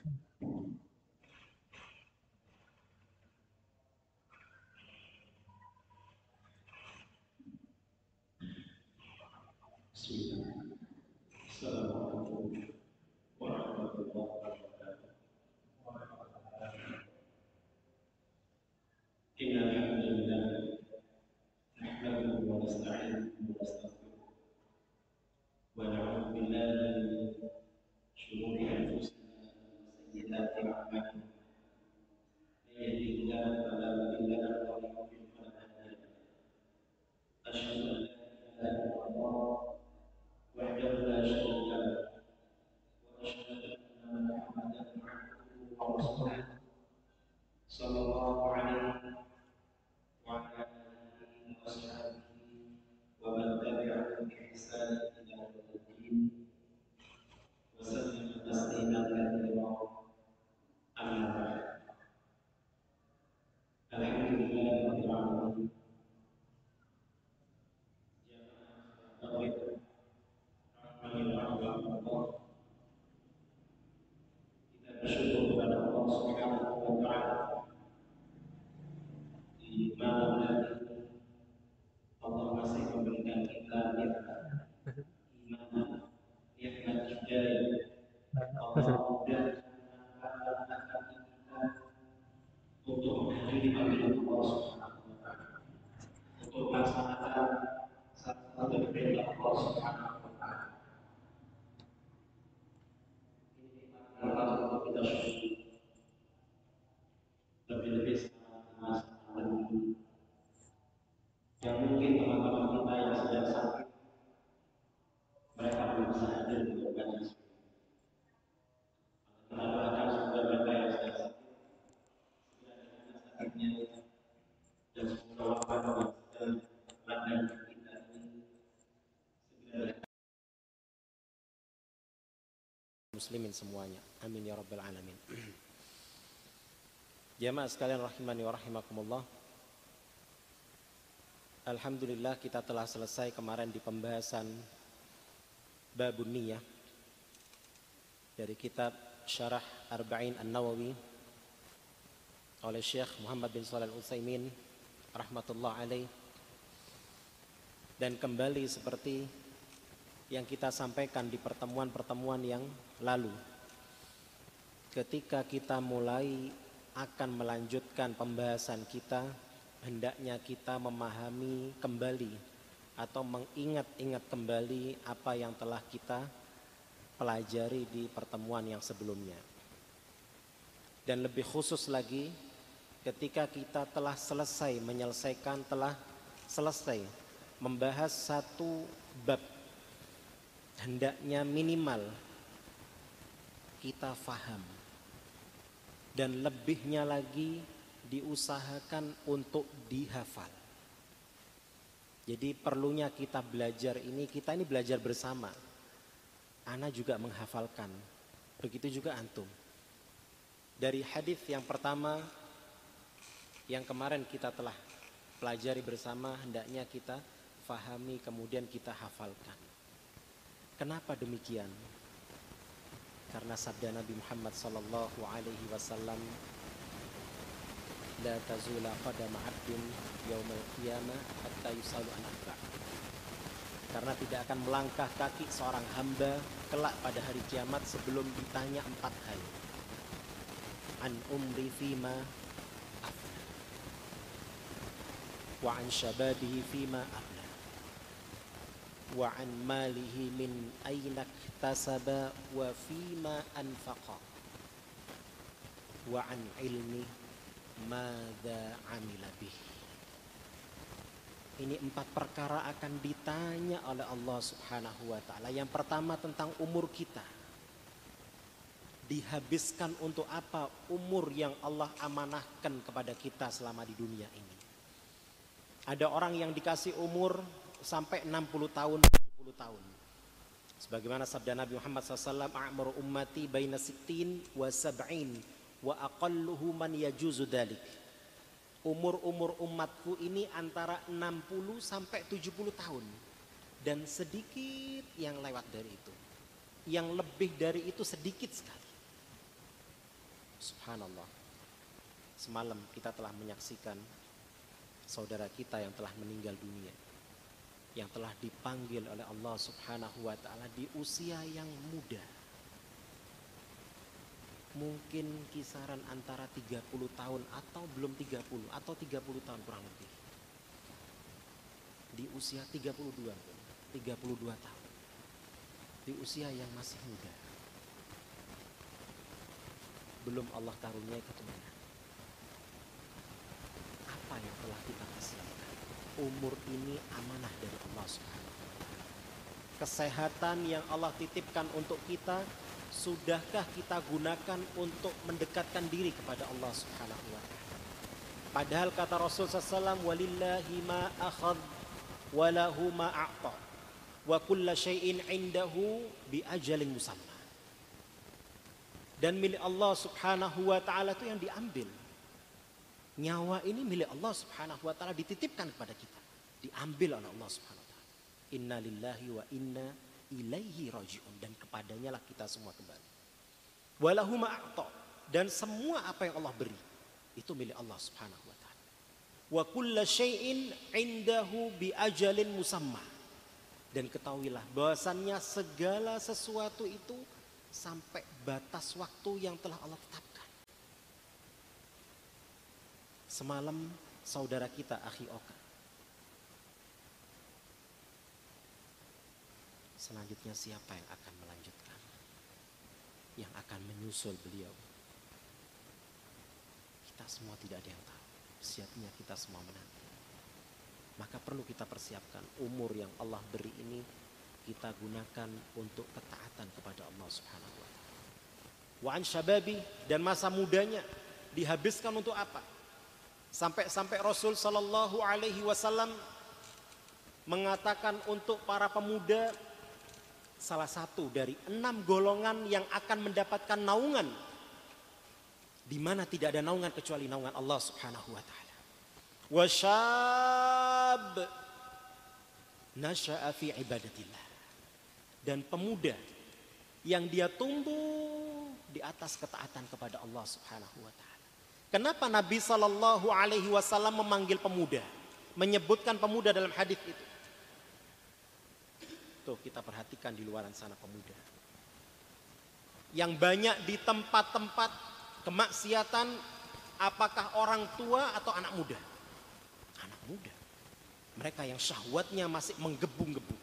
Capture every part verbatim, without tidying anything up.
Assalamualaikum warahmatullahi wabarakatuh. Innal hamdalillah nahmaduhu wa nasta'inuhu wa nastaghfiruh wa na'udzu billahi min shururi anfusina wa sayyiati a'malina. Man yahdihillahu fala mudilla lahu wa man yudlil fala hadiya lahu. Asyhadu an la ilaha illallah wahdahu la syarika lahu wa asyhadu anna Muhammadan 'abduhu wa rasuluh. Sallallahu alaihi وعلى آله وأصحابه ومن تبعهم بإحسان إلى يوم الدين وسلم تسليما كثيرا أما بعد. الحمد لله رب العالمين. Kita bersyukur kepada Allah Subhanahu wa taala di malam hari Allah masih memberikan kita nikmat iman, nikmat hidayah. Allah mudahkan hati kita untuk menghadiri panggilan Allah Subhanahu wa taala, untuk melaksanakan satu dari perintah Allah Subhanahu wa taala. Ini nikmat Allah kita syukuri. Lebih-lebih sekarang di masa pandemi yang mungkin teman-teman kita yang sedang sakit mereka belum bisa hadir untuk berkaji. Kita doakan semoga mereka yang sedang sakit segera dengan sakitnya dan semoga wabah yang sedang melanda kita ini segera muslimin semuanya. Amin ya rabbal alamin. Jamaah sekalian rahimani wa rahimakumullah. Alhamdulillah kita telah selesai kemarin di pembahasan Babun Niyah dari kitab Syarah Arba'in An-Nawawi oleh Syekh Muhammad bin Shalih Al-Utsaimin rahmatullah alaih. Dan kembali seperti yang kita sampaikan di pertemuan-pertemuan yang lalu, ketika kita mulai akan melanjutkan pembahasan kita, hendaknya kita memahami kembali atau mengingat-ingat kembali apa yang telah kita pelajari di pertemuan yang sebelumnya. Dan lebih khusus lagi, ketika kita telah selesai menyelesaikan, telah selesai membahas satu bab, hendaknya minimal kita faham. Dan lebihnya lagi diusahakan untuk dihafal. Jadi perlunya kita belajar ini, kita ini belajar bersama. Ana juga menghafalkan, begitu juga antum. Dari hadis yang pertama yang kemarin kita telah pelajari bersama, hendaknya kita fahami kemudian kita hafalkan. Kenapa demikian? Karena sabda Nabi Muhammad sallallahu alaihi wasallam, la tazula qadama 'abdin yaumil qiyamah hatta yusalu an arba'. Karena tidak akan melangkah kaki seorang hamba kelak pada hari kiamat sebelum ditanya empat hal. An umri fima afna, wa an syababihi fima afna, wa an malihi min aina iktasaba wa fima anfaqa, wa an ilmi madza amila bih. Ini empat perkara akan ditanya oleh Allah Subhanahu wa taala. Yang pertama tentang umur kita. Dihabiskan untuk apa umur yang Allah amanahkan kepada kita selama di dunia ini. Ada orang yang dikasih umur sampai enam puluh tahun, tujuh puluh tahun. Sebagaimana sabda Nabi Muhammad shallallahu alaihi wasallam, a'maru ummati baina sittin wa sab'in wa aqalluhu man yajuzu dalik. Umur-umur umatku ini antara enam puluh sampai tujuh puluh tahun. Dan sedikit yang lewat dari itu. Yang lebih dari itu sedikit sekali. Subhanallah. Semalam kita telah menyaksikan saudara kita yang telah meninggal dunia, yang telah dipanggil oleh Allah Subhanahu wa ta'ala di usia yang muda. Mungkin kisaran antara tiga puluh tahun atau belum tiga puluh atau tiga puluh tahun kurang lebih. Di usia tiga puluh dua, tiga puluh dua tahun. Di usia yang masih muda. Belum Allah karuniai keturunan. Apa yang telah kita persiapkan? Umur ini amanah dari Allah Subhanahu wa ta'ala. Kesehatan yang Allah titipkan untuk kita, sudahkah kita gunakan untuk mendekatkan diri kepada Allah Subhanahu wa ta'ala? Padahal kata Rasul sallallahu alaihi wasallam, walillahi ma akhadh wa lahu ma a'ta wa kulla syai'in 'indahu bi ajalin musamma. Dan milik Allah Subhanahu wa ta'ala itu yang diambil. Nyawa ini milik Allah Subhanahu wa ta'ala, dititipkan kepada kita, diambil oleh Allah Subhanahu wa ta'ala. Inna lillahi wa inna ilaihi raji'un, dan kepadanya lah kita semua kembali. Walahu ma'a'ta, dan semua apa yang Allah beri itu milik Allah Subhanahu wa ta'ala. Wa kulla syai'in 'indahu bi ajalin musamma, dan ketahuilah bahwasannya segala sesuatu itu sampai batas waktu yang telah Allah tetapkan. Semalam saudara kita Akhi Oka, selanjutnya siapa yang akan melanjutkan, yang akan menyusul beliau? Kita semua tidak ada yang tahu. Siapnya kita semua menanti. Maka perlu kita persiapkan umur yang Allah beri ini, kita gunakan untuk ketaatan kepada Allah Subhanahu wa ta'ala. Wa an syababi, dan masa mudanya dihabiskan untuk apa? Sampai-sampai Rasul sallallahu alaihi wasallam mengatakan untuk para pemuda, salah satu dari enam golongan yang akan mendapatkan naungan, di mana tidak ada naungan kecuali naungan Allah Subhanahu wa ta'ala. Wa syab nasha'a fi ibadatillah, dan pemuda yang dia tumbuh di atas ketaatan kepada Allah Subhanahu wa ta'ala. Kenapa Nabi sallallahu alaihi wasallam memanggil pemuda, menyebutkan pemuda dalam hadis itu? Tuh kita perhatikan di luaran sana pemuda yang banyak di tempat-tempat kemaksiatan, apakah orang tua atau anak muda? Anak muda. Mereka yang syahwatnya masih menggebu-gebu.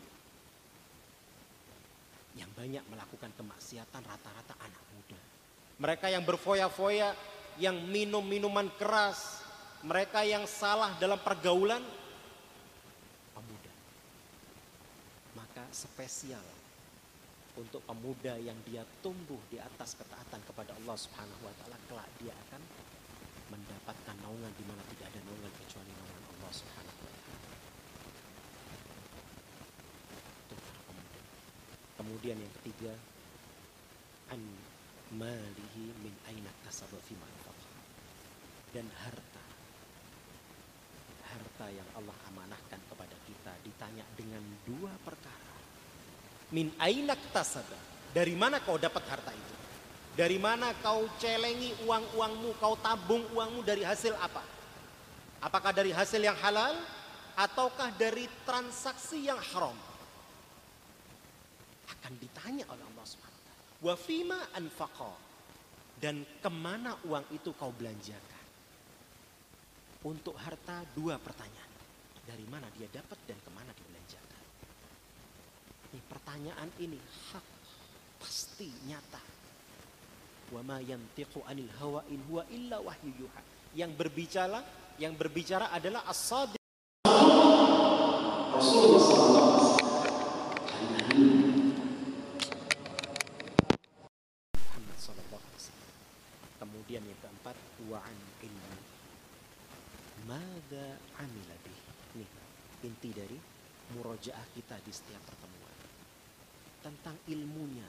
Yang banyak melakukan kemaksiatan rata-rata anak muda. Mereka yang berfoya-foya, yang minum minuman keras, mereka yang salah dalam pergaulan, pemuda. Maka spesial untuk pemuda yang dia tumbuh di atas ketaatan kepada Allah Subhanahu wa ta'ala, kelak dia akan mendapatkan naungan di mana tidak ada naungan kecuali naungan Allah Subhanahu wa ta'ala. Itu para pemuda. Kemudian yang ketiga, an malihi min aina tasaba fi ma anfaqa, dan harta. Harta yang Allah amanahkan kepada kita ditanya dengan dua perkara. Min aina tasaba, dari mana kau dapat harta itu? Dari mana kau celengi uang-uangmu, kau tabung uangmu, dari hasil apa? Apakah dari hasil yang halal ataukah dari transaksi yang haram? Akan ditanya oleh Allah Subhanahu wa ta'ala. Wa fima anfaqa, dan kemana uang itu kau belanjakan? Untuk harta dua pertanyaan. Dari mana dia dapat dan kemana dibelanjakan? Ini pertanyaan ini hak, pasti nyata. Wa ma yantiqu anil hawa in huwa illa wahyu yuha. Yang berbicara, yang berbicara adalah as-shadiq. Rasulullah sallallahu alaihi wasallam. Muhammad sallallahu alaihi wasallam. Kemudian yang keempat, wa an ilmi. Mada amila bih. Nih, inti dari murojaah kita di setiap pertemuan. Tentang ilmunya.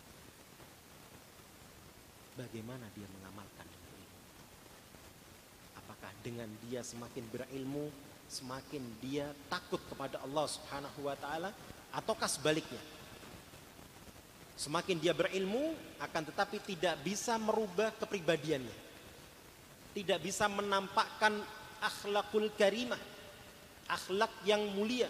Bagaimana dia mengamalkan dengan ilmu? Apakah dengan dia semakin berilmu, semakin dia takut kepada Allah Subhanahu wa ta'ala, ataukah sebaliknya? Semakin dia berilmu, akan tetapi tidak bisa merubah kepribadiannya. Tidak bisa menampakkan akhlakul karimah, akhlak yang mulia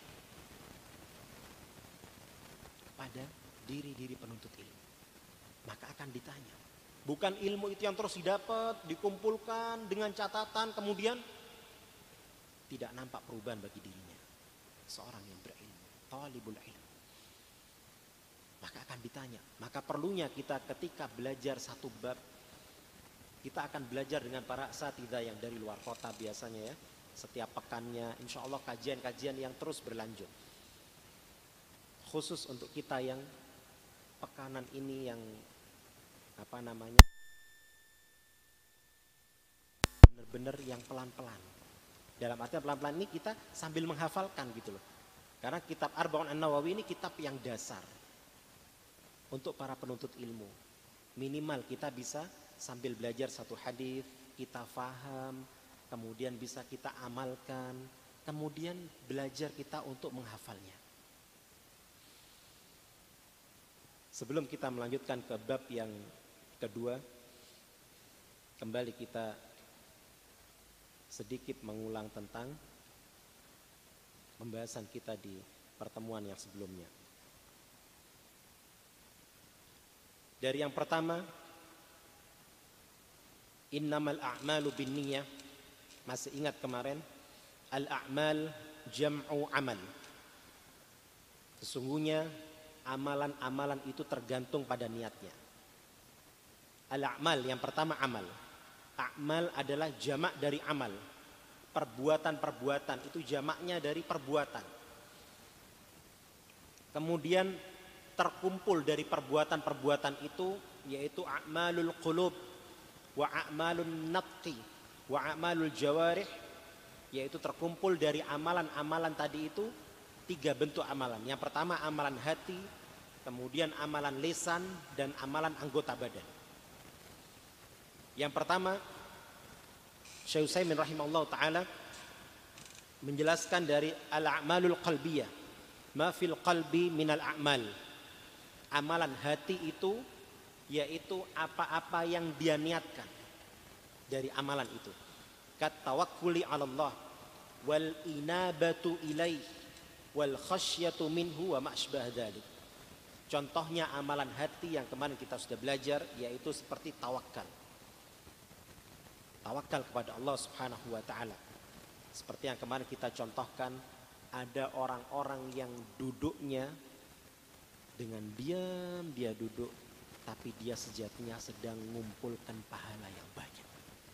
pada diri-diri penuntut ilmu. Maka akan ditanya. Bukan ilmu itu yang terus didapat, dikumpulkan dengan catatan, kemudian tidak nampak perubahan bagi dirinya. Seorang yang berilmu, talibul ilmu. Maka akan ditanya. Maka perlunya kita ketika belajar satu bab, kita akan belajar dengan para asatidzah yang dari luar kota biasanya ya. Setiap pekannya, insya Allah kajian-kajian yang terus berlanjut. Khusus untuk kita yang pekanan ini yang apa namanya benar-benar yang pelan-pelan. Dalam artian pelan-pelan ini kita sambil menghafalkan gitu loh. Karena kitab Arba'un An-Nawawi ini kitab yang dasar untuk para penuntut ilmu. Minimal kita bisa sambil belajar satu hadis, kita faham, kemudian bisa kita amalkan, kemudian belajar kita untuk menghafalnya. Sebelum kita melanjutkan ke bab yang kedua, kembali kita sedikit mengulang tentang pembahasan kita di pertemuan yang sebelumnya. Dari yang pertama, innamal a'malu binniyah. Masih ingat kemarin, al-a'mal jam'u amal. Sesungguhnya amalan-amalan itu tergantung pada niatnya. Al-a'mal yang pertama amal. A'mal adalah jamak dari amal. Perbuatan-perbuatan itu jamaknya dari perbuatan. Kemudian terkumpul dari perbuatan-perbuatan itu yaitu a'malul qulub wa a'malun nafqi wa a'malul jawarih, yaitu terkumpul dari amalan-amalan tadi itu tiga bentuk amalan. Yang pertama amalan hati, kemudian amalan lisan dan amalan anggota badan. Yang pertama Syekh Utsaimin rahimahullah taala menjelaskan dari al-a'malul qalbiyah, ma fil qalbi minal a'mal. Amalan hati itu yaitu apa-apa yang dia niatkan dari amalan itu. Kat tawakkuli 'ala Allah wal inabatu ilaih wal khasyatu minhu wa ma asbah dzalik. Contohnya amalan hati yang kemarin kita sudah belajar yaitu seperti tawakal. Tawakal kepada Allah Subhanahu wa taala. Seperti yang kemarin kita contohkan, ada orang-orang yang duduknya dengan diam dia duduk, tapi dia sejatinya sedang mengumpulkan pahala yang banyak.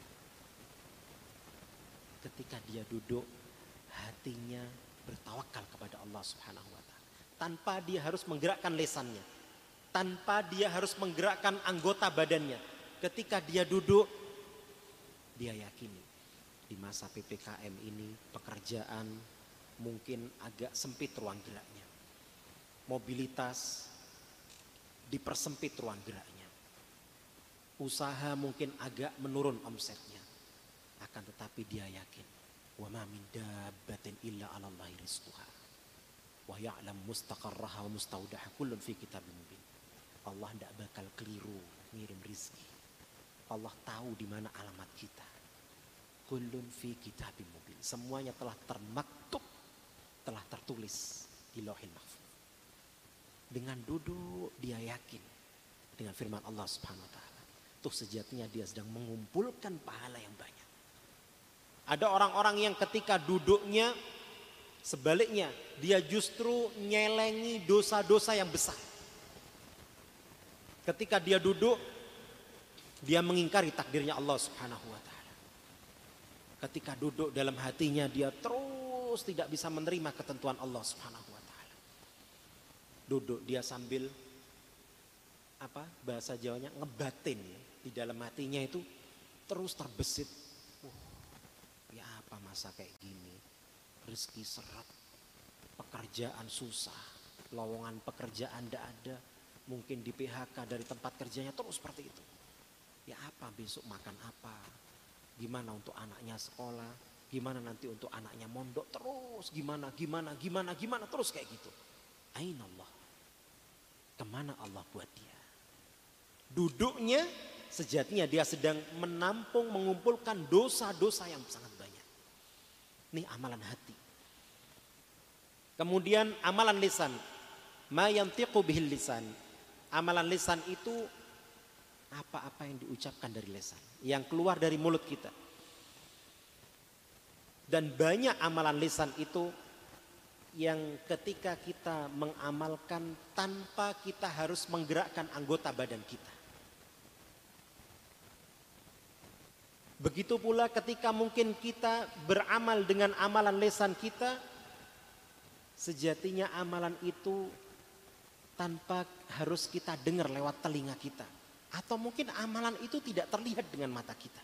Ketika dia duduk, hatinya bertawakal kepada Allah Subhanahu wa taala. Tanpa dia harus menggerakkan lesannya, tanpa dia harus menggerakkan anggota badannya. Ketika dia duduk, dia yakini di masa P P K M ini pekerjaan mungkin agak sempit ruang geraknya. Mobilitas dipersempit ruang geraknya. Usaha mungkin agak menurun omsetnya. Akan tetapi dia yakin, wa ma min dabbatin illa 'ala Allahi rizquha wa ya'lam mustaqarraha wa mustaudaha kullun fi kitabim mubin. Allah tidak bakal keliru ngirim rizki. Allah tahu di mana alamat kita. Kullun fi kitabim mubin. Semuanya telah termaktub, telah tertulis di Lauhil Mahfuz. Dengan duduk dia yakin dengan firman Allah Subhanahu wa taala. Tuh sejatinya dia sedang mengumpulkan pahala yang banyak. Ada orang-orang yang ketika duduknya sebaliknya dia justru nyelengi dosa-dosa yang besar. Ketika dia duduk dia mengingkari takdirnya Allah Subhanahu wa taala. Ketika duduk dalam hatinya dia terus tidak bisa menerima ketentuan Allah Subhanahu wa taala. Duduk dia sambil apa bahasa Jawanya ngebatin ya. Di dalam hatinya itu terus terbesit. Wah, ya apa masa kayak gini? Rezeki seret, pekerjaan susah, lowongan pekerjaan tidak ada, mungkin di P H K dari tempat kerjanya terus seperti itu. Ya apa besok makan apa? Gimana untuk anaknya sekolah? Gimana nanti untuk anaknya mondok? Terus gimana, gimana, gimana, gimana terus kayak gitu. Ainallah. Kemana Allah buat dia? Duduknya sejatinya dia sedang menampung, mengumpulkan dosa-dosa yang sangat banyak. Ini amalan hati. Kemudian amalan lisan. Ma yantiqu bihil lisan. Amalan lisan itu apa-apa yang diucapkan dari lisan, yang keluar dari mulut kita. Dan banyak amalan lisan itu yang ketika kita mengamalkan tanpa kita harus menggerakkan anggota badan kita. Begitu pula ketika mungkin kita beramal dengan amalan lisan kita, sejatinya amalan itu tanpa harus kita dengar lewat telinga kita. Atau mungkin amalan itu tidak terlihat dengan mata kita.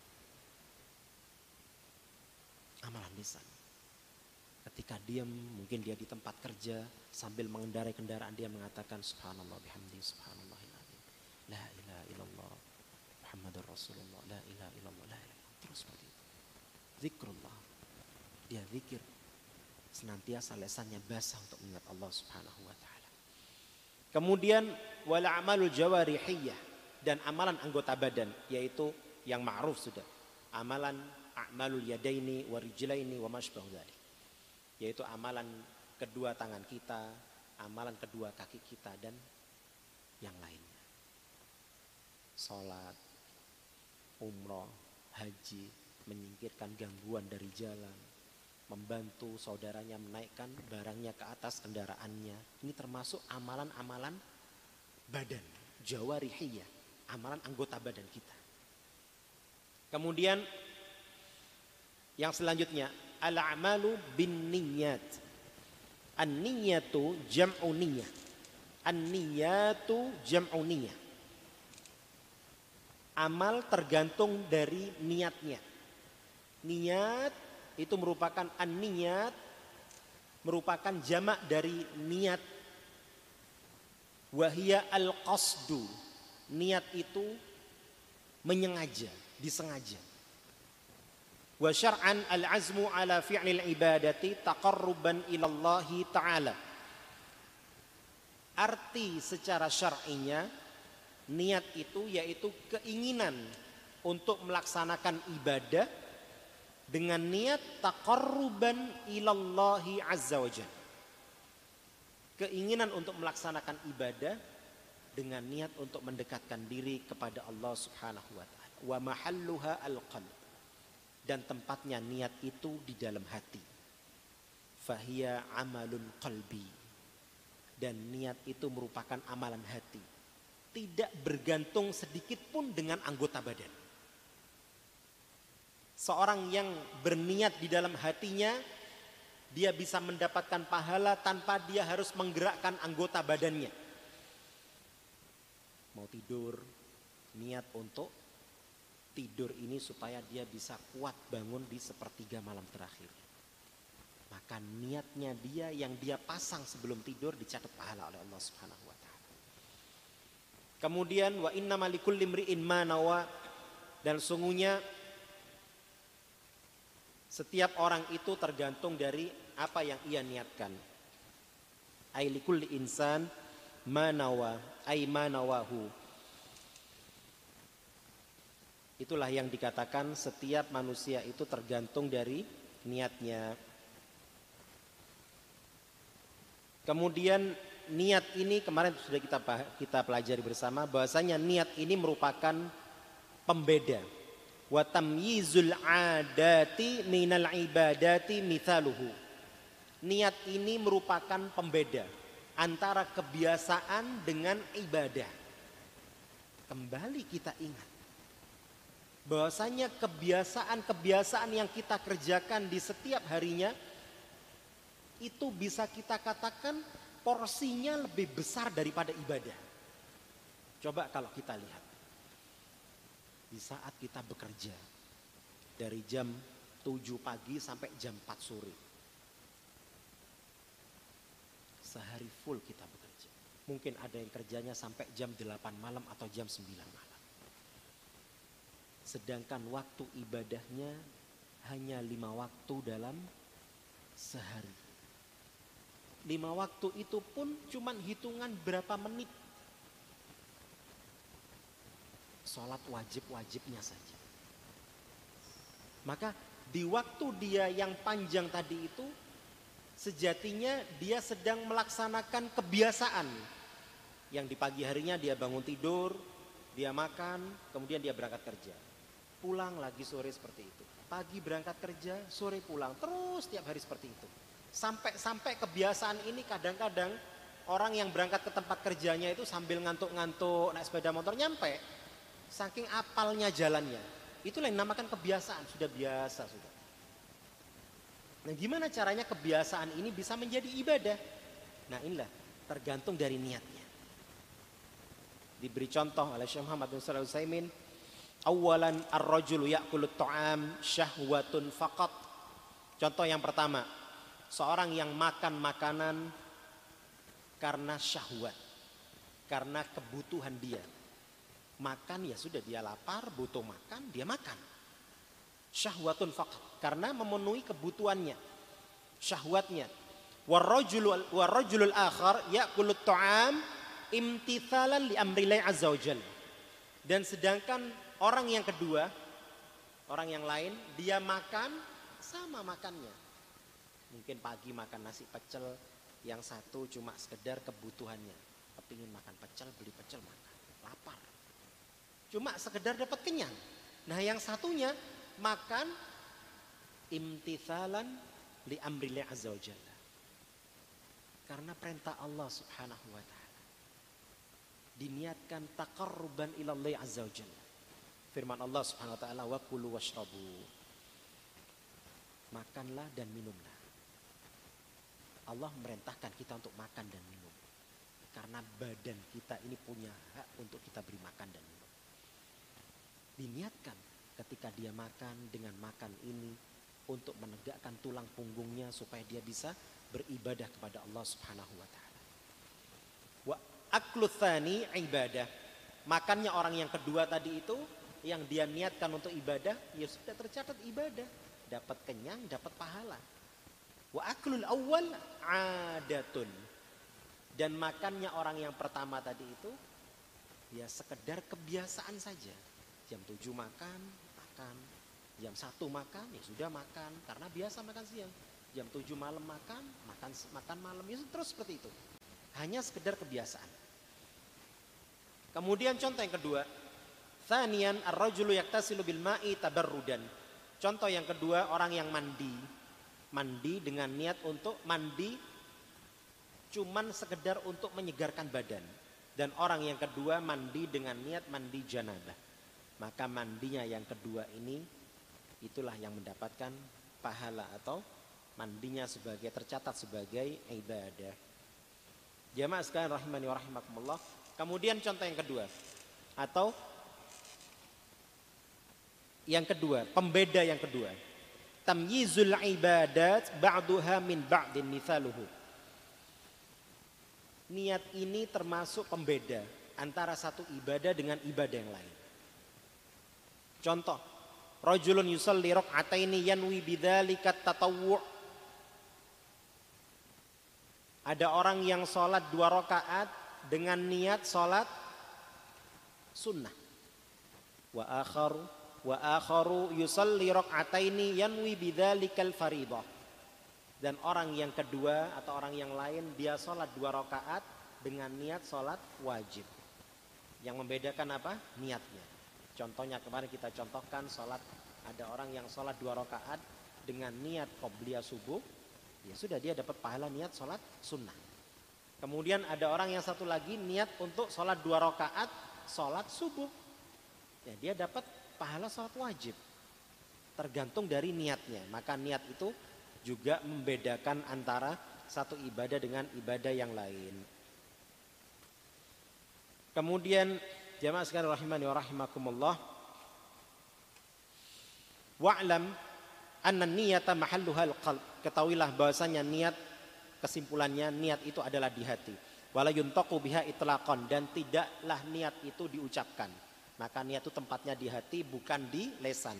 Amalan lisan. Ketika diam, mungkin dia di tempat kerja sambil mengendarai kendaraan, dia mengatakan subhanallah bihamdi subhanallahil azim. La ilaha illallah Muhammadur Rasulullah. La ilaha illallah. La ilaha illallah. Terus seperti itu. Zikrullah. Dia zikir. Senantiasa lesannya basah untuk mengingat Allah Subhanahu wa taala. Kemudian wal a'malul jawarihiyah, dan amalan anggota badan, yaitu yang ma'ruf sudah. Amalan a'malul yadaini wa rijlaini wa masybah dzalik. Yaitu amalan kedua tangan kita, amalan kedua kaki kita dan yang lainnya. Salat, umroh, haji, menyingkirkan gangguan dari jalan, membantu saudaranya menaikkan barangnya ke atas kendaraannya. Ini termasuk amalan-amalan badan, jawarihiyah, amalan anggota badan kita. Kemudian yang selanjutnya, al-a'malu bin niyyat. An-niyyatu jam'u niyyah. An-niyyatu jam'u niyyah. Amal tergantung dari niatnya. Niat itu merupakan an-niyyat, merupakan jamak dari niat. Wahia al-qasdu. Niat itu menyengaja, disengaja. Wa syar'an al-azmu ala fi'lil ibadati taqarruban ilallahi ta'ala. Arti secara syar'inya, niat itu yaitu keinginan untuk melaksanakan ibadah dengan niat taqarruban ilallahi azza wa jalla. Keinginan untuk melaksanakan ibadah dengan niat untuk mendekatkan diri kepada Allah Subhanahu wa taala. Wa mahalluha al-qalb. Dan tempatnya niat itu di dalam hati. Fahiya amalun qalbi. Dan niat itu merupakan amalan hati. Tidak bergantung sedikit pun dengan anggota badan. Seorang yang berniat di dalam hatinya, dia bisa mendapatkan pahala tanpa dia harus menggerakkan anggota badannya. Mau tidur, niat untuk tidur ini supaya dia bisa kuat bangun di sepertiga malam terakhir. Maka niatnya dia yang dia pasang sebelum tidur dicatat pahala oleh Allah Subhanahu wa taala. Kemudian wa innamal likulli imri'in ma nawa, dan sungguhnya setiap orang itu tergantung dari apa yang ia niatkan. Ai likulli insan ma nawa, ai ma nawahu. Itulah yang dikatakan setiap manusia itu tergantung dari niatnya. Kemudian niat ini kemarin sudah kita kita pelajari bersama bahwasanya niat ini merupakan pembeda. Wa tamyizul adati minal ibadati mithaluhu. Niat ini merupakan pembeda antara kebiasaan dengan ibadah. Kembali kita ingat bahwasanya kebiasaan-kebiasaan yang kita kerjakan di setiap harinya itu bisa kita katakan porsinya lebih besar daripada ibadah. Coba kalau kita lihat di saat kita bekerja dari jam tujuh pagi sampai jam empat sore, sehari full kita bekerja. Mungkin ada yang kerjanya sampai jam delapan malam atau jam sembilan malam. Sedangkan waktu ibadahnya hanya lima waktu dalam sehari. Lima waktu itu pun cuman hitungan berapa menit. Sholat wajib-wajibnya saja. Maka di waktu dia yang panjang tadi itu, sejatinya dia sedang melaksanakan kebiasaan. Yang di pagi harinya dia bangun tidur, dia makan, kemudian dia berangkat kerja. Pulang lagi sore seperti itu. Pagi berangkat kerja, sore pulang. Terus tiap hari seperti itu. Sampai-sampai kebiasaan ini kadang-kadang orang yang berangkat ke tempat kerjanya itu sambil ngantuk-ngantuk naik sepeda motor nyampe. Saking apalnya jalannya. Itulah yang dinamakan kebiasaan, sudah biasa sudah. Nah, gimana caranya kebiasaan ini bisa menjadi ibadah? Nah, inilah tergantung dari niatnya. Diberi contoh oleh Syekh Muhammad bin Shalih Al-Utsaimin, awalan ar-rajulu ya'kulut ta'am syahwatun faqat. Contoh yang pertama, seorang yang makan makanan karena syahwat, karena kebutuhan dia. Makan ya sudah, dia lapar, butuh makan, dia makan. Syahwatun faqat, karena memenuhi kebutuhannya, syahwatnya. Warrajulul warrajulul akhar ya'kulut ta'am imtithalan li amrillah azza wajalla. Dan sedangkan orang yang kedua, orang yang lain, dia makan sama makannya. Mungkin pagi makan nasi pecel, yang satu cuma sekedar kebutuhannya. Kepingin makan pecel, beli pecel makan, lapar. Cuma sekedar dapat kenyang. Nah, yang satunya makan imtithalan li amrillah azza wajalla. Karena perintah Allah subhanahu wa ta'ala. Diniatkan taqarruban ilallah azza wajalla. Firman Allah subhanahu wa ta'ala, wa kulu washrabu. Makanlah dan minumlah. Allah merintahkan kita untuk makan dan minum. Karena badan kita ini punya hak untuk kita beri makan dan minum. Diniatkan ketika dia makan dengan makan ini untuk menegakkan tulang punggungnya supaya dia bisa beribadah kepada Allah subhanahu wa ta'ala. Wa aklu tsani ibadah. Makannya orang yang kedua tadi itu, yang dia niatkan untuk ibadah, ya sudah tercatat ibadah, dapat kenyang, dapat pahala. Wa aklul awwal adatun. Dan makannya orang yang pertama tadi itu ya sekedar kebiasaan saja. Jam tujuh makan, makan. Jam satu makan, ya sudah makan karena biasa makan siang. Jam tujuh malam makan, makan makan malam, ya terus seperti itu. Hanya sekedar kebiasaan. Kemudian contoh yang kedua, tsaniyan ar-rajulu yaktasilu bil ma'i tabarrudan. Contoh yang kedua, orang yang mandi. Mandi dengan niat untuk mandi cuman sekedar untuk menyegarkan badan. Dan orang yang kedua mandi dengan niat mandi janabah. Maka mandinya yang kedua ini itulah yang mendapatkan pahala atau mandinya sebagai tercatat sebagai ibadah. Jamaah sekalian rahimani wa rahimakumullah. Kemudian contoh yang kedua atau yang kedua, pembeda yang kedua. Tamyizul ibadat ba'duha min ba'din mithaluhu. Niat ini termasuk pembeda antara satu ibadah dengan ibadah yang lain. Contoh, rajulun yusalli rak'ataini yanwi bidzalika tatawwu'. Ada orang yang sholat dua rakaat dengan niat sholat sunnah. Wa akharu wa akharu yusalli rak'ataini yanwi bidzalikal fariidhah. Dan orang yang kedua atau orang yang lain dia sholat dua rakaat dengan niat sholat wajib. Yang membedakan apa? Niatnya. Contohnya kemarin kita contohkan sholat, ada orang yang sholat dua rakaat dengan niat qobliyah subuh, ya sudah dia dapat pahala niat sholat sunnah. Kemudian ada orang yang satu lagi niat untuk sholat dua rakaat sholat subuh, ya dia dapat pahala sholat wajib. Tergantung dari niatnya. Maka niat itu juga membedakan antara satu ibadah dengan ibadah yang lain. Kemudian jamaah sekalian rahimani wa rahimakumullah, wa'lam anna niyata mahalluhal qalb. Ketahuilah bahwasanya niat, kesimpulannya niat itu adalah di hati. Wala yuntaqu biha itlaqan, dan tidaklah niat itu diucapkan. Maka niat itu tempatnya di hati, bukan di lisan.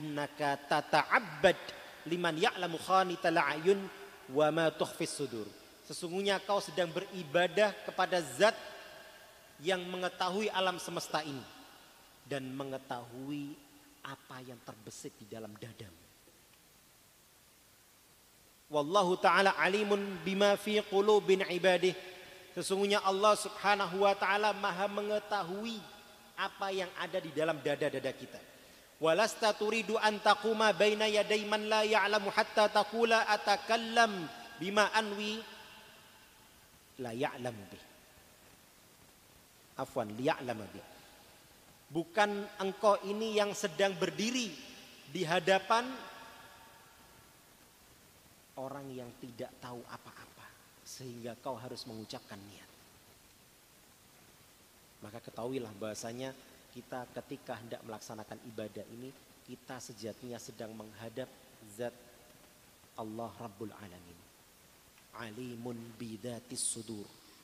Li'annaka tata'abbad liman ya'lamu khanital a'yun wa ma tukhfis sudur. Sesungguhnya kau sedang beribadah kepada zat yang mengetahui alam semesta ini dan mengetahui apa yang terbesit di dalam dadamu. Wallahu ta'ala alimun bima fi qulubin ibadih. Sesungguhnya Allah subhanahu wa ta'ala maha mengetahui apa yang ada di dalam dada-dada kita. Walasta turidu an taquma baina yaday man la ya'lamu hatta taqula atakallam bima anwi la ya'lamu bih. Afwan, liya'lamu bih. Bukan engkau ini yang sedang berdiri di hadapan orang yang tidak tahu apa-apa sehingga kau harus mengucapkan niat. Maka ketahuilah bahasanya kita ketika hendak melaksanakan ibadah ini, kita sejatinya sedang menghadap zat Allah Rabbul Alamin. Alimun bidatis sudur.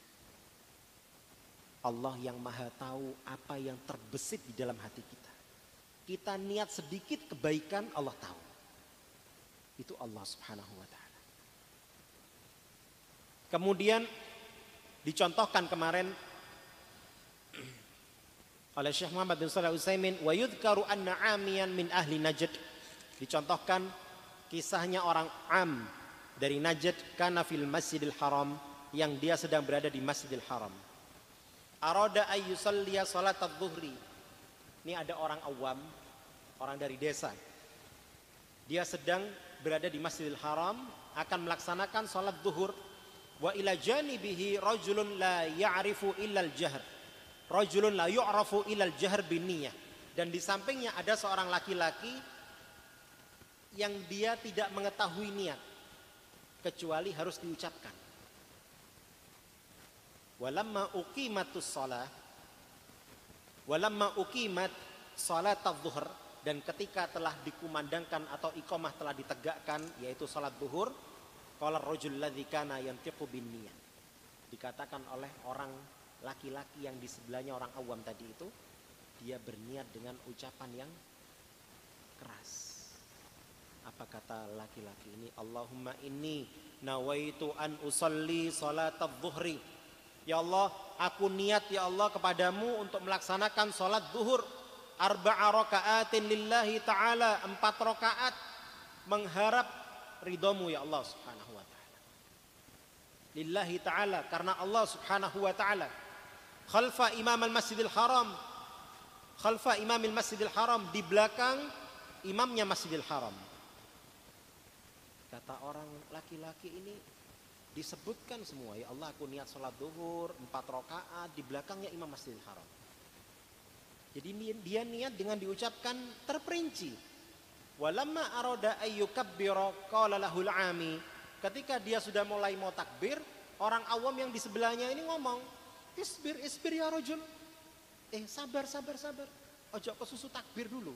Allah yang maha tahu apa yang terbesit di dalam hati kita. Kita niat sedikit kebaikan, Allah tahu. Itu Allah subhanahu wa ta'ala. Kemudian dicontohkan kemarin oleh Syekh Muhammad bin Shalih Al-Utsaimin, wa yudhkaru anna 'amiyan min ahli Najd. Dicontohkan kisahnya orang Am dari Najd, kana fil Masjidil Haram, yang dia sedang berada di Masjidil Haram. Arada ay yusalliya salat adz-dzuhri. Ini ada orang awam, orang dari desa. Dia sedang berada di Masjidil Haram akan melaksanakan salat zuhur. Wa ila janibihi rajulun la ya'rifu illa al-jahr. Rajulun la yu'rafu illa al-jahr binniyah. Dan di sampingnya ada seorang laki-laki yang dia tidak mengetahui niat kecuali harus diucapkan. Walamma uqimatus shalah walamma uqimat salat adz-dzuhr, dan ketika telah dikumandangkan atau iqamah telah ditegakkan yaitu salat zuhur, qala ar-rajul ladzi kana yantiqu binniyah. Dikatakan oleh orang laki-laki yang di sebelahnya orang awam tadi itu, dia berniat dengan ucapan yang keras. Apa kata laki-laki ini? Allahumma inni nawaitu an usalli salat adz-dzuhri. Ya Allah, aku niat ya Allah kepadamu untuk melaksanakan salat zuhur. Arba'a raka'atin lillahi ta'ala, empat rakaat mengharap ridhamu ya Allah subhanahu wa ta'ala. Lillahi ta'ala, karena Allah subhanahu wa ta'ala. Khalfa imam al-masjidil haram, khalfa imam al-masjidil haram, di belakang imamnya masjidil haram. Kata orang laki-laki ini, disebutkan semua, ya Allah aku niat sholat zuhur empat rakaat, di belakangnya imam masjidil haram. Jadi dia niat dengan diucapkan terperinci. Walamma arada ayyukabbira qala lahul ami. Ketika dia sudah mulai mau takbir, orang awam yang di sebelahnya ini ngomong, isbir isbir ya rajul. Eh sabar sabar sabar. Ojo ke susu takbir dulu.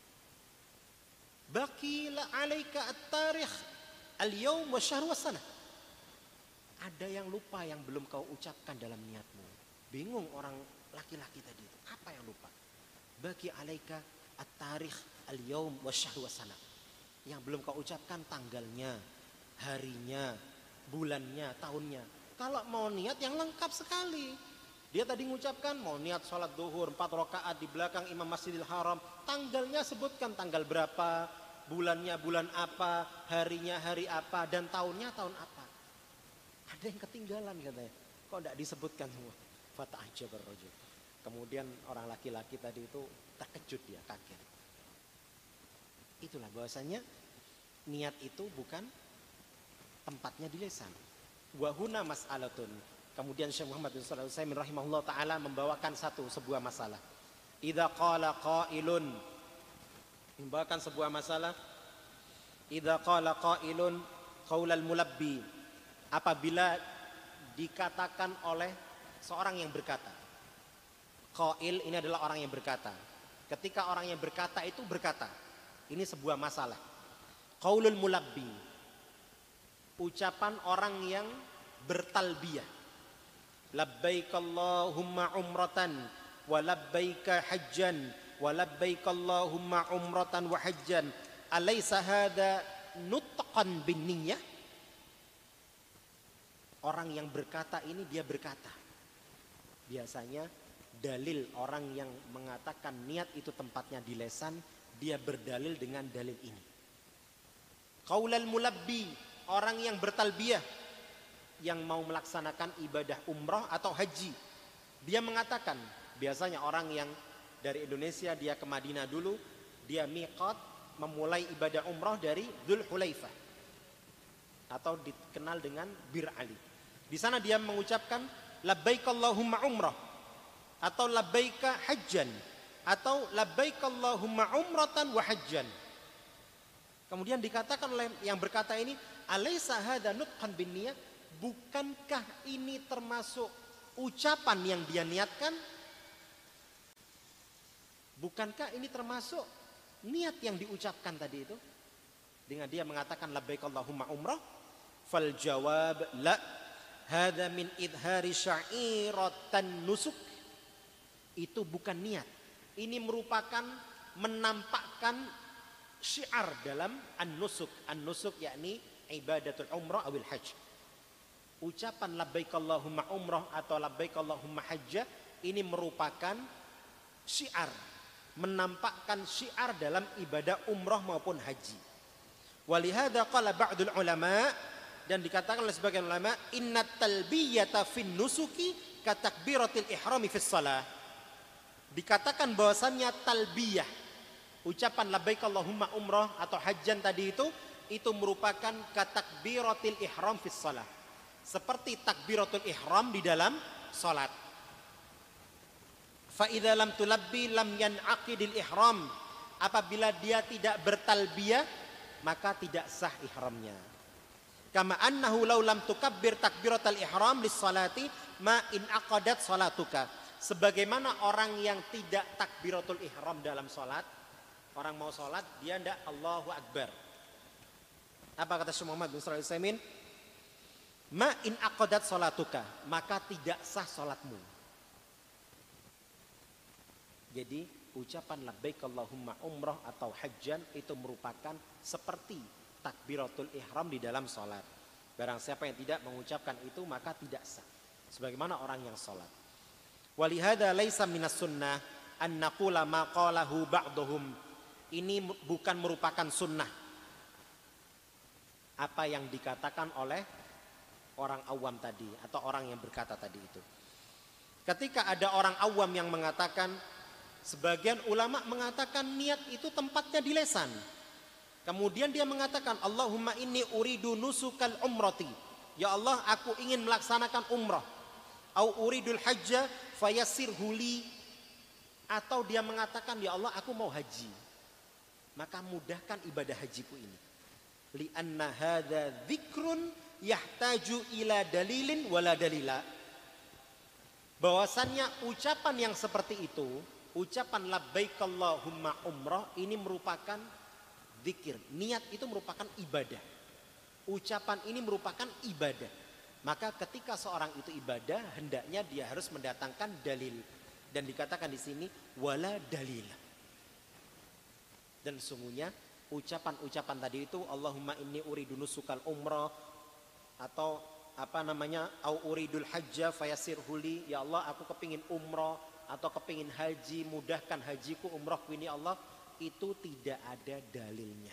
Baqila alaika at-tarikh al-yawm wa syahr wa sanah. Ada yang lupa yang belum kau ucapkan dalam niatmu. Bingung orang laki-laki tadi itu. Apa yang lupa? Baqi alaika at-tarikh al-yawm wa syahr wa sanah. Yang belum kau ucapkan tanggalnya, harinya, bulannya, tahunnya. Kalau mau niat yang lengkap sekali. Dia tadi mengucapkan mau niat sholat zuhur empat rakaat di belakang imam masjidil haram. Tanggalnya sebutkan tanggal berapa, bulannya bulan apa, harinya hari apa, dan tahunnya tahun apa. Ada yang ketinggalan katanya. Kok tidak disebutkan semua? Fata'ajjabar rajul. Kemudian orang laki-laki tadi itu terkejut, dia kaget. Itulah bahwasanya niat itu bukan tempatnya di lisan. Wa huna mas'alatun. Kemudian Syekh Muhammad bin Shalih Al-Utsaimin rahimahullah taala membawakan satu sebuah masalah. Idza qala qailun, membawakan sebuah masalah. Idza qala qailun qaulal mulabbi, apabila dikatakan oleh seorang yang berkata. Qail ini adalah orang yang berkata. Ketika orang yang berkata itu berkata, ini sebuah masalah. Qaulul mulabbi, ucapan orang yang bertalbiyah. Labbaik Allahumma umratan wa labbaika hajjan wa labbaik Allahumma umratan wa hajjan. Alaysa hadha nutqan bin niyyah? orang yang berkata ini dia berkata. Biasanya dalil orang yang mengatakan niat itu tempatnya di lisan, dia berdalil dengan dalil ini. Qaulal mulabbi, orang yang bertalbiyah, yang mau melaksanakan ibadah umrah atau haji, dia mengatakan, biasanya orang yang dari Indonesia dia ke Madinah dulu, dia miqat memulai ibadah umrah dari Dzul Hulaifah atau dikenal dengan Bir Ali. Di sana dia mengucapkan labbaik Allahumma umrah atau labbaika hajjan atau labbaik Allahumma umratan wa hajjan. Kemudian dikatakan oleh yang berkata ini, alaysa hadza nutqan bin niyah, bukankah ini termasuk ucapan yang dia niatkan? Bukankah ini termasuk niat yang diucapkan tadi itu? Dengan dia mengatakan labbaik Allahumma umrah, fal jawab la, hadza min idhari sya'iratan nusuk. Itu bukan niat. Ini merupakan menampakkan syiar dalam an-nusuk. An-nusuk yakni ibadatul umrah awil hajj. Ucapan labbaik Allahumma umrah atau labbaik Allahumma hajja ini merupakan syiar, menampakkan syiar dalam ibadah umrah maupun haji. Walihada qala ba'dul ulama, dan dikatakan oleh sebagian ulama, innat talbiyata fin nusuki katakbiratil ihrami fis shalah. Dikatakan bahwasannya talbiyah, ucapan labbaik Allahumma umrah atau hajjan tadi itu itu merupakan katakbiratil ihram fis shalah. Seperti takbiratul ihram di dalam salat. Fa idza lam tulabbi lam yan'aqidil ihram. Apabila dia tidak bertalbiyah, maka tidak sah ihramnya. Kama annahu law lam tukabbir takbiratal ihram lis salati ma in aqadat salatuka. Sebagaimana orang yang tidak takbiratul ihram dalam salat, orang mau salat dia ndak Allahu akbar. Apa kata Syekh Muhammad bin Shalih Al-Utsaimin? Ma in aqadat salatuka, maka tidak sah salatmu. Jadi ucapan labbaik Allahumma umrah atau hajjan itu merupakan seperti takbiratul ihram di dalam salat. Barang siapa yang tidak mengucapkan itu maka tidak sah, sebagaimana orang yang salat. Walihada laisa minas sunnah an naqula ma qalahu ba'dhum. Ini bukan merupakan sunnah apa yang dikatakan oleh orang awam tadi atau orang yang berkata tadi itu. Ketika ada orang awam yang mengatakan, sebagian ulama mengatakan niat itu tempatnya di lisan. Kemudian dia mengatakan, Allahumma inni uridu nusukal umrati. Ya Allah, aku ingin melaksanakan umrah. Au uridul hajja fayassirhu li. Atau dia mengatakan, ya Allah, aku mau haji. Maka mudahkan ibadah hajiku ini. Li'anna hadza dzikrun yahtaju ila dalilin wala dalila. Bahwasannya ucapan yang seperti itu, ucapan labbaik Allahumma umrah ini merupakan zikir. Niat itu merupakan ibadah. Ucapan ini merupakan ibadah. Maka ketika seorang itu ibadah, hendaknya dia harus mendatangkan dalil. Dan dikatakan di sini wala dalil. Dan sungguhnya ucapan-ucapan tadi itu, Allahumma inni uridu nusukal umrah atau apa namanya, au uridul hajja fayassirhu li, ya Allah aku kepingin umrah atau kepingin haji, mudahkan hajiku umrahku ini Allah, itu tidak ada dalilnya.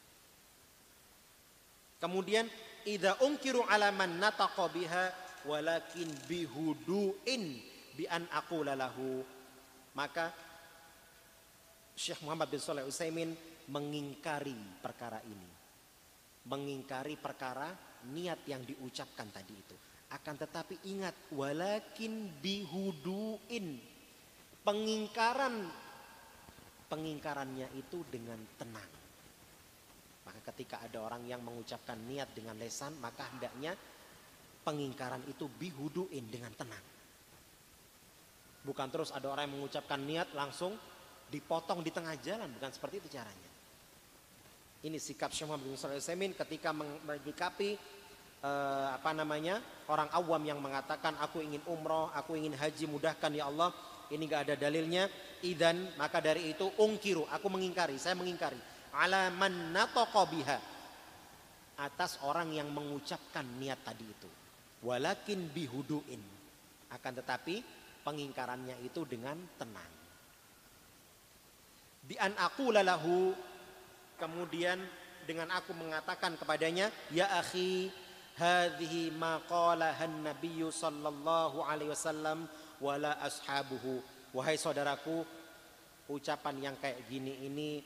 Kemudian idza unkiru ala man nataqa biha walakin bihudu'in bi an aqula lahu, maka Syekh Muhammad bin Shalih Al-Utsaimin mengingkari perkara ini, mengingkari perkara niat yang diucapkan tadi itu. Akan tetapi ingat, walakin bihudu'in, pengingkaran, pengingkarannya itu dengan tenang. Maka ketika ada orang yang mengucapkan niat dengan lisan, maka hendaknya pengingkaran itu bihudu'in, dengan tenang. Bukan terus ada orang yang mengucapkan niat langsung dipotong di tengah jalan, bukan seperti itu caranya. Ini sikap Syekh Muhammad bin Shalih Al-Utsaimin ketika menyikapi eh, apa namanya orang awam yang mengatakan aku ingin umrah, aku ingin haji, mudahkan ya Allah, ini enggak ada dalilnya. Idan, maka dari itu ungkiru, aku mengingkari, saya mengingkari ala man nataqa biha, atas orang yang mengucapkan niat tadi itu. Walakin bihuduin. Akan tetapi pengingkarannya itu dengan tenang. Bi an aqula lahu, kemudian dengan aku mengatakan kepadanya, ya akhi, hadhihi ma qalahan nabiyyu sallallahu alaihi wasallam wala ashabuhu. Wahai saudaraku, ucapan yang kayak gini ini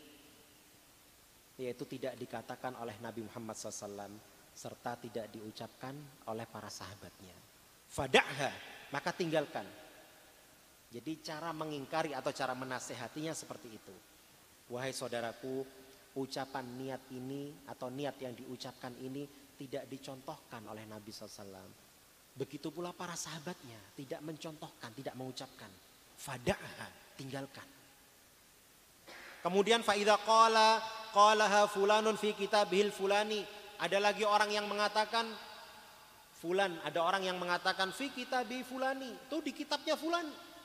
yaitu tidak dikatakan oleh Nabi Muhammad shallallahu alaihi wasallam serta tidak diucapkan oleh para sahabatnya. Fada'ha, maka tinggalkan. Jadi cara mengingkari atau cara menasehatinya seperti itu. Wahai saudaraku, ucapan niat ini atau niat yang diucapkan ini tidak dicontohkan oleh Nabi shallallahu alaihi wasallam. Begitu pula para sahabatnya tidak mencontohkan, tidak mengucapkan. Fada'ha, tinggalkan. Kemudian faida qala qalaha fulanun fi kitabihil fulani. Ada lagi orang yang mengatakan fulan, ada orang yang mengatakan fi kitabi fulani, itu di kitabnya fulan.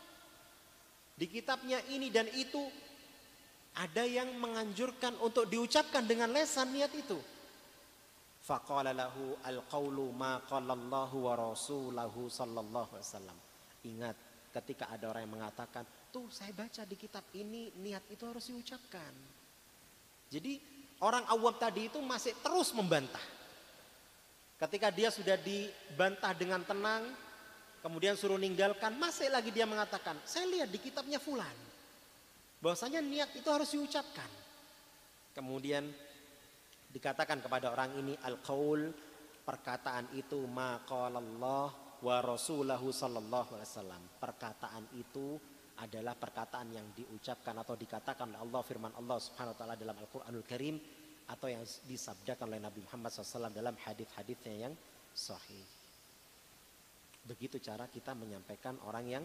Di kitabnya ini dan itu. Ada yang menganjurkan untuk diucapkan dengan lesan niat itu. Faqala lahu al-qawlu ma qala Allahu wa rasulahu sallallahu alaihi wasallam. Ingat, ketika ada orang yang mengatakan, tuh saya baca di kitab ini niat itu harus diucapkan. Jadi orang awam tadi itu masih terus membantah. Ketika dia sudah dibantah dengan tenang, kemudian suruh ninggalkan, masih lagi dia mengatakan, saya lihat di kitabnya fulan, bahwasanya niat itu harus diucapkan. Kemudian dikatakan kepada orang ini, al-qaul, perkataan itu ma qala Allah wa rasulahu sallallahu alaihi wasallam. Perkataan itu adalah perkataan yang diucapkan atau dikatakan oleh Allah, firman Allah Subhanahu wa taala dalam Al-Qur'anul Karim, atau yang disabdakan oleh Nabi Muhammad shallallahu alaihi wasallam dalam hadis-hadisnya yang sahih. Begitu cara kita menyampaikan orang yang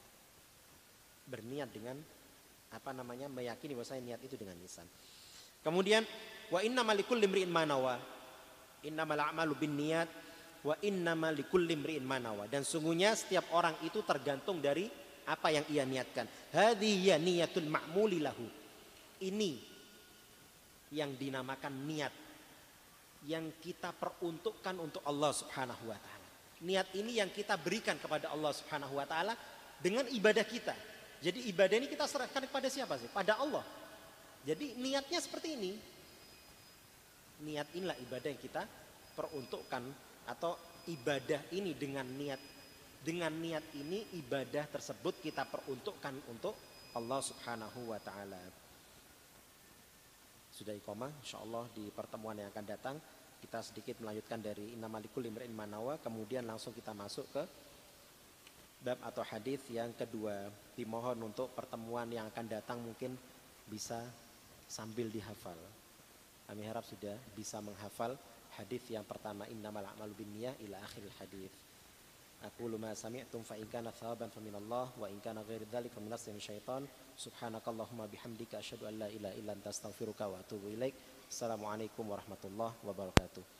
berniat dengan apa namanya meyakini bahwa niat itu dengan lisan. Kemudian wa innamal likulli imri'in ma nawa. Innamal a'malu binniyat wa innamal likulli imri'in ma nawa. Dan sungguhnya setiap orang itu tergantung dari apa yang ia niatkan. Hadhihi niyatul ma'muli lahu. Ini yang dinamakan niat yang kita peruntukkan untuk Allah Subhanahu wa taala. Niat ini yang kita berikan kepada Allah Subhanahu wa taala dengan ibadah kita. Jadi ibadah ini kita serahkan kepada siapa sih? Pada Allah. Jadi niatnya seperti ini. Niat inilah ibadah yang kita peruntukkan, atau ibadah ini dengan niat. Dengan niat ini ibadah tersebut kita peruntukkan untuk Allah Subhanahu wa taala. Sudah iqamah, insyaallah di pertemuan yang akan datang kita sedikit melanjutkan dari innamal likulli imri'in ma nawa, kemudian langsung kita masuk ke bab atau hadis yang kedua. Dimohon untuk pertemuan yang akan datang mungkin bisa sambil dihafal. Kami harap sudah bisa menghafal hadis yang pertama, innamal a'malu binniyah ila akhiril hadis. Aqulu ma sami'tum fa in kana thawaban fa minallah wa in kana ghairu dzalika fa minasy syaitan. Subhanakallahumma bihamdika asyhadu an la ilaha illa anta astaghfiruka wa atubu ilaik. Assalamualaikum warahmatullahi wabarakatuh.